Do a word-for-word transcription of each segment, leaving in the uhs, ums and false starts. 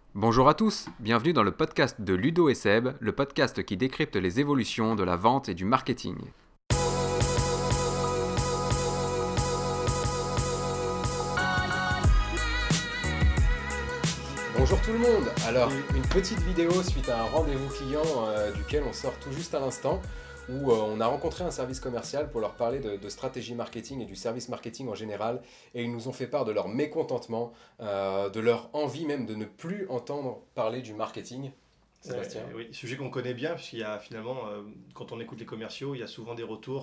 Bonjour à tous, bienvenue dans le podcast de Ludo et Seb, le podcast qui décrypte les évolutions de la vente et du marketing. Bonjour tout le monde. Alors, une petite vidéo suite à un rendez-vous client euh, duquel on sort tout juste à l'instant, où euh, on a rencontré un service commercial pour leur parler de, de stratégie marketing et du service marketing en général, et ils nous ont fait part de leur mécontentement, euh, de leur envie même de ne plus entendre parler du marketing. Sébastien. Euh, oui, sujet qu'on connaît bien, puisqu'il y a finalement, euh, quand on écoute les commerciaux, il y a souvent des retours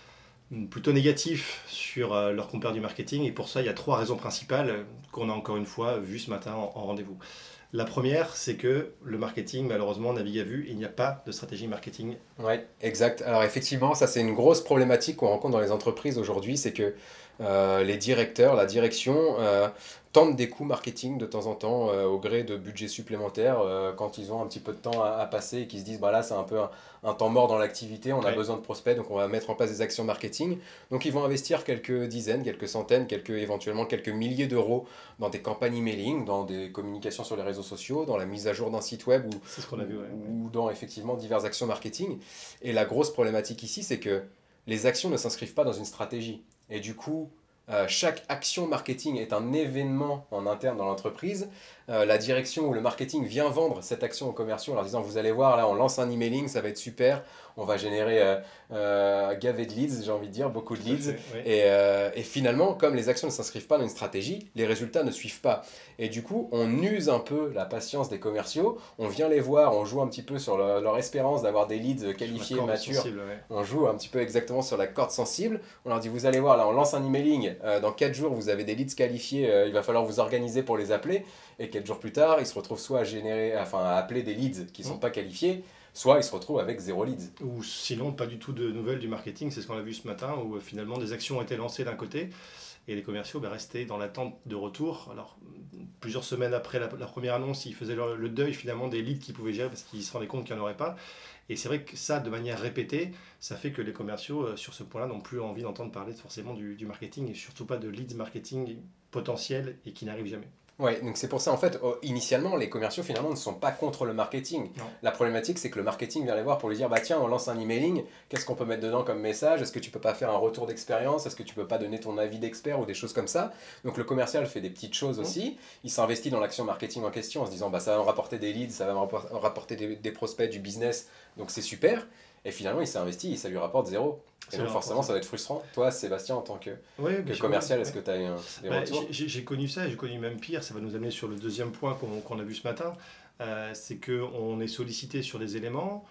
mm, plutôt négatifs sur euh, leurs compères du marketing, et pour ça, il y a trois raisons principales euh, qu'on a encore une fois vues ce matin en, en rendez-vous. La première, c'est que le marketing, malheureusement, navigue à vue, et il n'y a pas de stratégie marketing. Oui, exact. Alors effectivement, ça c'est une grosse problématique qu'on rencontre dans les entreprises aujourd'hui, c'est que euh, les directeurs, la direction, euh, tentent des coûts marketing de temps en temps euh, au gré de budgets supplémentaires euh, quand ils ont un petit peu de temps à, à passer et qu'ils se disent bah là c'est un peu un, un temps mort dans l'activité, on a Ouais. besoin de prospects donc on va mettre en place des actions marketing. Donc ils vont investir quelques dizaines, quelques centaines, quelques éventuellement quelques milliers d'euros dans des campagnes emailing, dans des communications sur les réseaux sociaux, dans la mise à jour d'un site web ou, C'est ce qu'on a vu, ouais. ou, ou dans effectivement diverses actions marketing. Et la grosse problématique ici, c'est que les actions ne s'inscrivent pas dans une stratégie. Et du coup, euh, chaque action marketing est un événement en interne dans l'entreprise. Euh, la direction ou le marketing vient vendre cette action aux commerciaux en leur disant vous allez voir, là on lance un emailing, ça va être super, on va générer euh, euh, gavé de leads, j'ai envie de dire, beaucoup de Tout à leads. fait, ouais. Et, euh, et finalement, comme les actions ne s'inscrivent pas dans une stratégie, les résultats ne suivent pas. Et du coup, on use un peu la patience des commerciaux, on vient les voir, on joue un petit peu sur leur, leur espérance d'avoir des leads qualifiés, Sur la corde matures. sensible, ouais. On joue un petit peu exactement sur la corde sensible. On leur dit vous allez voir, là on lance un emailing, euh, dans quatre jours vous avez des leads qualifiés, euh, il va falloir vous organiser pour les appeler. Et quatre jours plus tard, ils se retrouvent soit à, générer, enfin, à appeler des leads qui ne sont Mmh. pas qualifiés, soit ils se retrouvent avec zéro leads. Ou sinon, pas du tout de nouvelles du marketing, c'est ce qu'on a vu ce matin, où euh, finalement des actions ont été lancées d'un côté, et les commerciaux bah, restaient dans l'attente de retour. Alors, plusieurs semaines après la, la première annonce, ils faisaient le, le deuil finalement des leads qu'ils pouvaient gérer parce qu'ils se rendaient compte qu'il n'y en aurait pas. Et c'est vrai que ça, de manière répétée, ça fait que les commerciaux, euh, sur ce point-là, n'ont plus envie d'entendre parler forcément du, du marketing, et surtout pas de leads marketing potentiels et qui n'arrivent jamais. Ouais, donc c'est pour ça en fait, oh, initialement, les commerciaux finalement ne sont pas contre le marketing. Non. La problématique, c'est que le marketing vient les voir pour lui dire bah tiens, on lance un emailing, qu'est-ce qu'on peut mettre dedans comme message? Est-ce que tu peux pas faire un retour d'expérience? Est-ce que tu peux pas donner ton avis d'expert ou des choses comme ça? Donc le commercial fait des petites choses Mmh. aussi. Il s'investit dans l'action marketing en question en se disant bah ça va me rapporter des leads, ça va me rappor- rapporter des, des prospects, du business, donc c'est super. Et finalement, il s'est investi et ça lui rapporte zéro. Et Ça donc leur forcément, rapporte. ça va être frustrant. Toi, Sébastien, en tant que, Ouais, que bien sûr, commercial, ouais. est-ce que tu as eu un- des Bah, retours? j'ai j'ai connu ça, et j'ai connu même pire. Ça va nous amener sur le deuxième point qu'on qu'on a vu ce matin. Euh, c'est qu'on est sollicité sur des éléments.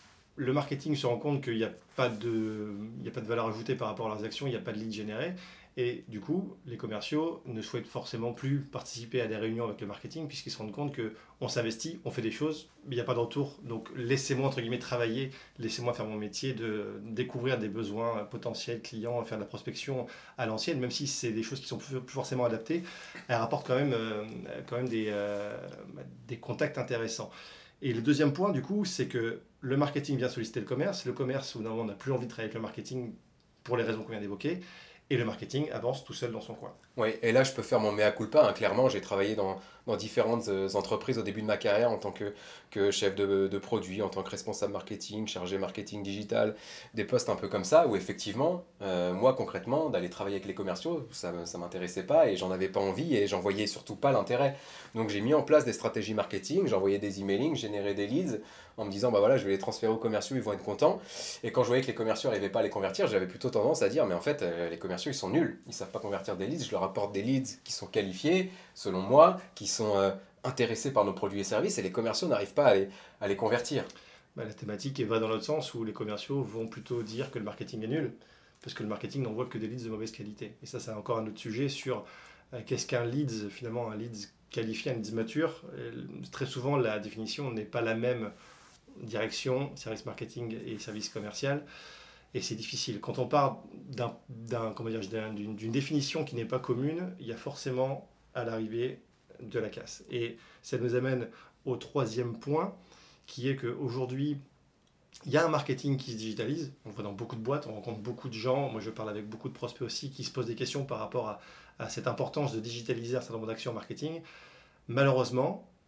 Le marketing se rend compte qu'il n'y a pas de, il y a pas de valeur ajoutée par rapport à leurs actions, il n'y a pas de lead généré. Et du coup, les commerciaux ne souhaitent forcément plus participer à des réunions avec le marketing, puisqu'ils se rendent compte qu'on s'investit, on fait des choses, mais il n'y a pas de retour. Donc laissez-moi, entre guillemets, travailler, laissez-moi faire mon métier de découvrir des besoins potentiels clients, faire de la prospection à l'ancienne, même si c'est des choses qui sont plus, plus forcément adaptées, elles rapportent quand même, euh, quand même des, euh, des contacts intéressants. Et le deuxième point, du coup, c'est que le marketing vient solliciter le commerce. Le commerce, au bout d'un moment, n'a plus envie de travailler avec le marketing pour les raisons qu'on vient d'évoquer. Et le marketing avance tout seul dans son coin. Oui, et là je peux faire mon mea culpa, hein. Clairement, j'ai travaillé dans, dans différentes euh, entreprises au début de ma carrière en tant que, que chef de, de produit, en tant que responsable marketing, chargé marketing digital, des postes un peu comme ça, où effectivement, euh, moi concrètement, d'aller travailler avec les commerciaux, ça ne m'intéressait pas et j'en avais pas envie et j'en voyais surtout pas l'intérêt. Donc j'ai mis en place des stratégies marketing, j'envoyais des emailings, générais des leads en me disant bah voilà, je vais les transférer aux commerciaux, ils vont être contents. Et quand je voyais que les commerciaux n'arrivaient pas à les convertir, j'avais plutôt tendance à dire mais en fait euh, les commerciaux ils sont nuls, ils savent pas convertir des leads, je leur apporte des leads qui sont qualifiés selon moi, qui sont euh, intéressés par nos produits et services et les commerciaux n'arrivent pas à les, à les convertir. Bah, la thématique va dans l'autre sens, où les commerciaux vont plutôt dire que le marketing est nul, parce que le marketing n'envoie que des leads de mauvaise qualité. Et ça, c'est encore un autre sujet sur euh, qu'est-ce qu'un leads, finalement, un leads qualifié, un leads mature. Euh, très souvent, la définition n'est pas la même direction, service marketing et service commercial. Et c'est difficile. Quand on part d'un, d'un, comment dire, d'un- d'une, d'une définition qui n'est pas commune, il y a forcément à l'arrivée de la casse. Et ça nous amène au troisième point, qui est qu'aujourd'hui, il y a un marketing qui se digitalise. On le voit dans beaucoup de boîtes, on rencontre beaucoup de gens. Moi, je parle avec beaucoup de prospects aussi qui se posent des questions par rapport à, à cette importance de digitaliser un certain nombre d'actions en marketing. Malheureusement,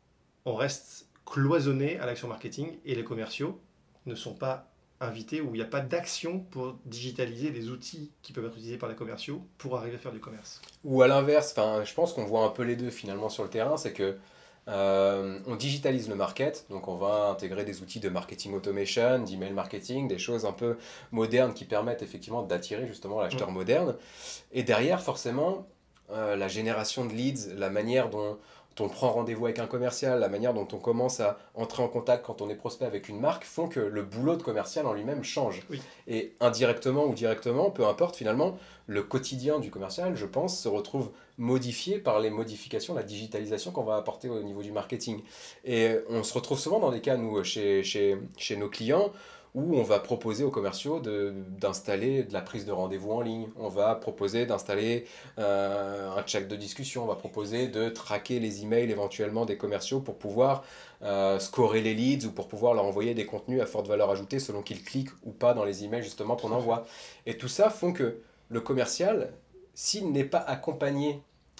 on reste cloisonné à l'action marketing et les commerciaux ne sont pas invités ou il n'y a pas d'action pour digitaliser les outils qui peuvent être utilisés par les commerciaux pour arriver à faire du commerce. Ou à l'inverse, enfin, je pense qu'on voit un peu les deux finalement sur le terrain, c'est que euh, on digitalise le market, donc on va intégrer des outils de marketing automation, d'email marketing, des choses un peu modernes qui permettent effectivement d'attirer justement l'acheteur Mm. moderne. Et derrière, forcément, euh, la génération de leads, la manière dont on prend rendez-vous avec un commercial, la manière dont on commence à entrer en contact quand on est prospect avec une marque, font que le boulot de commercial en lui-même change. Oui, Et indirectement ou directement, peu importe finalement, le quotidien du commercial, je pense, se retrouve modifié par les modifications, la digitalisation qu'on va apporter au niveau du marketing. Et on se retrouve souvent dans des cas, nous, chez, chez, chez nos clients, où on va proposer aux commerciaux de, d'installer de la prise de rendez-vous en ligne, on va proposer d'installer euh, un chat de discussion, on va proposer de traquer les emails éventuellement des commerciaux pour pouvoir euh, scorer les leads ou pour pouvoir leur envoyer des contenus à forte valeur ajoutée selon qu'ils cliquent ou pas dans les emails justement qu'on tout à fait. envoie. Et tout ça font que le commercial, s'il n'est pas accompagné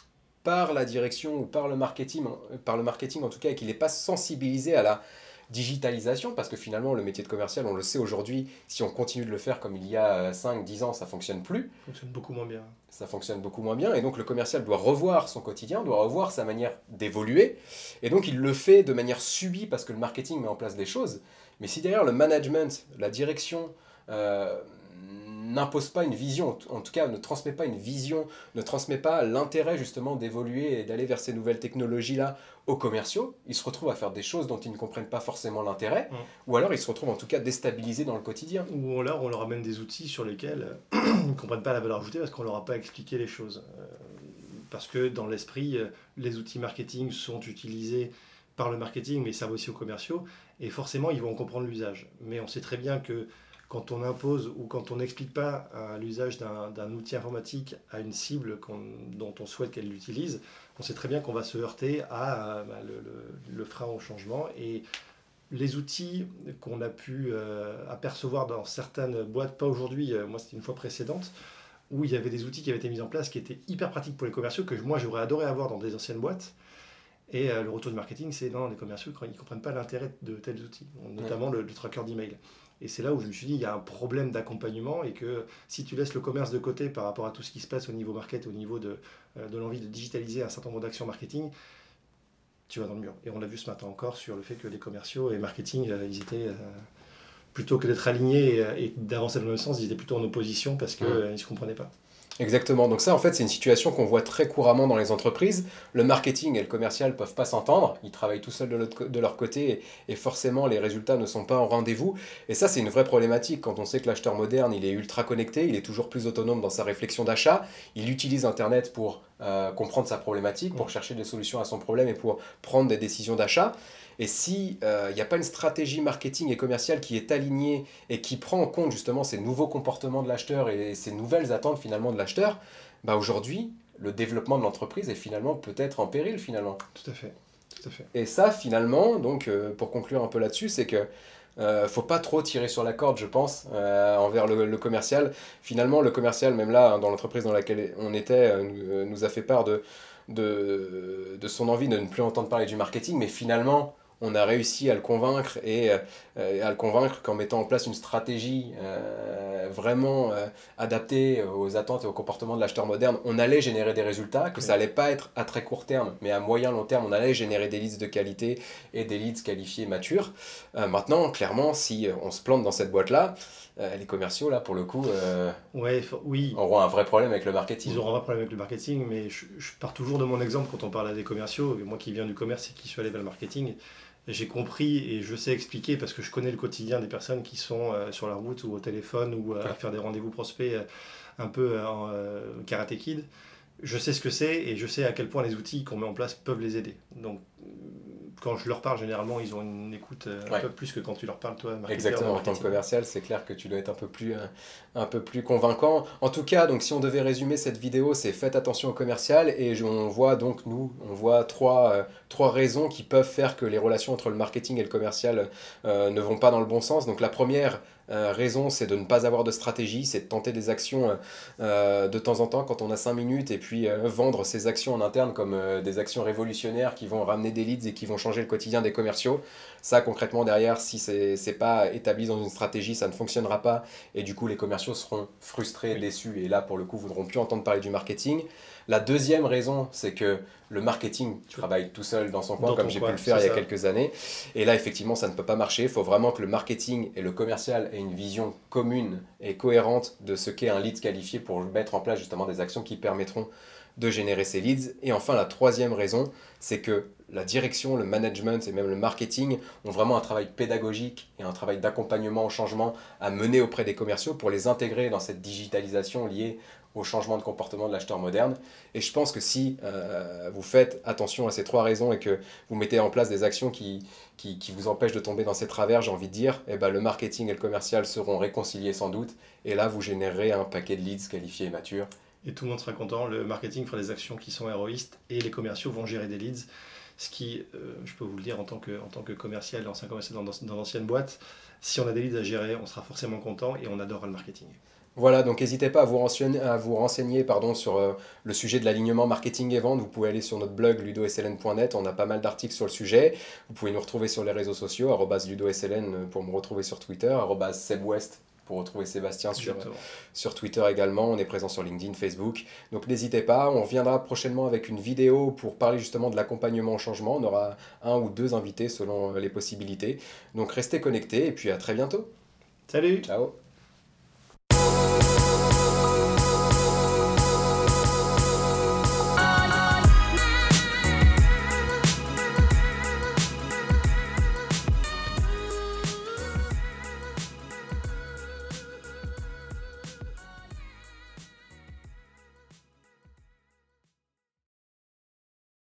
par la direction ou par le marketing, par le marketing en tout cas, et qu'il n'est pas sensibilisé à la digitalisation, parce que finalement le métier de commercial, on le sait aujourd'hui, si on continue de le faire comme il y a cinq dix ans, ça fonctionne plus, Ça fonctionne beaucoup moins bien. ça fonctionne beaucoup moins bien, et donc le commercial doit revoir son quotidien, doit revoir sa manière d'évoluer, et donc il le fait de manière subie parce que le marketing met en place des choses, mais si derrière le management, la direction, euh, n'impose pas une vision, en tout cas ne transmet pas une vision, ne transmet pas l'intérêt justement d'évoluer et d'aller vers ces nouvelles technologies-là aux commerciaux, ils se retrouvent à faire des choses dont ils ne comprennent pas forcément l'intérêt, Mm. ou alors ils se retrouvent en tout cas déstabilisés dans le quotidien. Ou alors on leur amène des outils sur lesquels euh, ils ne comprennent pas la valeur ajoutée parce qu'on leur a pas expliqué les choses. Euh, parce que dans l'esprit, euh, les outils marketing sont utilisés par le marketing, mais ils servent aussi aux commerciaux, et forcément ils vont en comprendre l'usage. Mais on sait très bien que quand on impose ou quand on n'explique pas euh, l'usage d'un, d'un outil informatique à une cible qu'on- dont on souhaite qu'elle l'utilise, on sait très bien qu'on va se heurter à euh, bah, le, le- le frein au changement. Et les outils qu'on a pu euh, apercevoir dans certaines boîtes, pas aujourd'hui, euh, moi c'était une fois précédente, où il y avait des outils qui avaient été mis en place qui étaient hyper pratiques pour les commerciaux, que moi j'aurais adoré avoir dans des anciennes boîtes. Et euh, le retour du marketing, c'est non, les commerciaux, ils ne comprennent pas l'intérêt de tels outils, notamment le, le tracker d'email. Et c'est là où je me suis dit, il y a un problème d'accompagnement et que si tu laisses le commerce de côté par rapport à tout ce qui se passe au niveau market, au niveau de, euh, de l'envie de digitaliser un certain nombre d'actions marketing, tu vas dans le mur. Et on l'a vu ce matin encore sur le fait que les commerciaux et marketing, euh, ils étaient, euh, plutôt que d'être alignés et, et d'avancer dans le même sens, ils étaient plutôt en opposition parce qu'ils Mm. ne se comprenaient pas. Exactement. Donc ça, en fait, c'est une situation qu'on voit très couramment dans les entreprises. Le marketing et le commercial ne peuvent pas s'entendre. Ils travaillent tout seuls de, l'autre- de leur côté et, et forcément, les résultats ne sont pas en rendez-vous. Et ça, c'est une vraie problématique quand on sait que l'acheteur moderne, il est ultra connecté, il est toujours plus autonome dans sa réflexion d'achat. Il utilise Internet pour euh, comprendre sa problématique, pour Mm. chercher des solutions à son problème et pour prendre des décisions d'achat. Et si il n'y a pas une stratégie marketing et commerciale qui est alignée et qui prend en compte justement ces nouveaux comportements de l'acheteur et ces nouvelles attentes finalement de l'acheteur, bah aujourd'hui, le développement de l'entreprise est finalement peut-être en péril finalement. Tout à fait. Tout à fait. Et ça finalement, donc euh, pour conclure un peu là-dessus, c'est que euh, faut pas trop tirer sur la corde, je pense, euh, envers le, le commercial. Finalement, le commercial, même là, hein, dans l'entreprise dans laquelle on était, euh, nous, euh, nous a fait part de, de, de son envie de ne plus entendre parler du marketing, mais finalement, on a réussi à le convaincre et euh, à le convaincre qu'en mettant en place une stratégie euh, vraiment euh, adaptée aux attentes et au comportement de l'acheteur moderne, on allait générer des résultats, que Oui. ça allait pas être à très court terme, mais à moyen long terme, on allait générer des leads de qualité et des leads qualifiés matures. Euh, maintenant, clairement, si on se plante dans cette boîte-là, euh, les commerciaux, là, pour le coup, euh, Ouais, faut- oui, auront un vrai problème avec le marketing. ils auront un problème avec le marketing, mais je, je pars toujours de mon exemple quand on parle à des commerciaux. Et moi qui viens du commerce et qui suis allé vers le marketing, j'ai compris et je sais expliquer parce que je connais le quotidien des personnes qui sont euh, sur la route ou au téléphone ou euh, à faire des rendez-vous prospects euh, un peu euh, en euh, karaté kid. Je sais ce que c'est et je sais à quel point les outils qu'on met en place peuvent les aider. Donc, euh, quand je leur parle, généralement, ils ont une écoute euh, un Ouais. peu plus que quand tu leur parles, toi, marketeur, Exactement, en tant que marketing. commercial, c'est clair que tu dois être un peu plus, euh, un peu plus convaincant. En tout cas, donc si on devait résumer cette vidéo, c'est faites attention au commercial et je- on voit donc nous, on voit trois, euh, trois raisons qui peuvent faire que les relations entre le marketing et le commercial euh, ne vont pas dans le bon sens. Donc la première, euh, raison, c'est de ne pas avoir de stratégie, c'est de tenter des actions euh, euh, de temps en temps quand on a cinq minutes et puis euh, vendre ces actions en interne comme euh, des actions révolutionnaires qui vont ramener des leads et qui vont changer le quotidien des commerciaux. Ça, concrètement, derrière, si c'est c'est pas établi dans une stratégie, ça ne fonctionnera pas et du coup, les commerciaux seront frustrés, Oui. déçus et là, pour le coup, voudront plus entendre parler du marketing. La deuxième raison, c'est que le marketing travaille tout seul dans son coin, Dans comme ton j'ai pu coin, le faire il c'est y a ça. quelques années. Et là, effectivement, ça ne peut pas marcher. Il faut vraiment que le marketing et le commercial aient une vision commune et cohérente de ce qu'est un lead qualifié pour mettre en place justement des actions qui permettront de générer ces leads. Et enfin, la troisième raison, c'est que la direction, le management et même le marketing ont vraiment un travail pédagogique et un travail d'accompagnement au changement à mener auprès des commerciaux pour les intégrer dans cette digitalisation liée au changement de comportement de l'acheteur moderne. Et je pense que si euh, vous faites attention à ces trois raisons et que vous mettez en place des actions qui, qui, qui vous empêchent de tomber dans ces travers, j'ai envie de dire, eh ben, le marketing et le commercial seront réconciliés sans doute. Et là, vous générerez un paquet de leads qualifiés et matures. Et tout le monde sera content. Le marketing fera des actions qui sont héroïstes et les commerciaux vont gérer des leads. Ce qui, euh, je peux vous le dire en tant que, en tant que commercial, ancien commercial dans, dans, dans d'anciennes boîtes, si on a des leads à gérer, on sera forcément content et on adorera le marketing. Voilà, donc n'hésitez pas à vous renseigner, à vous renseigner pardon, sur euh, le sujet de l'alignement marketing et vente. Vous pouvez aller sur notre blog ludo s l n point net, on a pas mal d'articles sur le sujet. Vous pouvez nous retrouver sur les réseaux sociaux, arobase ludo s l n pour me retrouver sur Twitter, arobase sebwest pour retrouver Sébastien sur, Exactement. sur Twitter également. On est présent sur LinkedIn, Facebook. Donc n'hésitez pas, on reviendra prochainement avec une vidéo pour parler justement de l'accompagnement au changement. On aura un ou deux invités selon les possibilités. Donc restez connectés et puis à très bientôt. Salut! Ciao!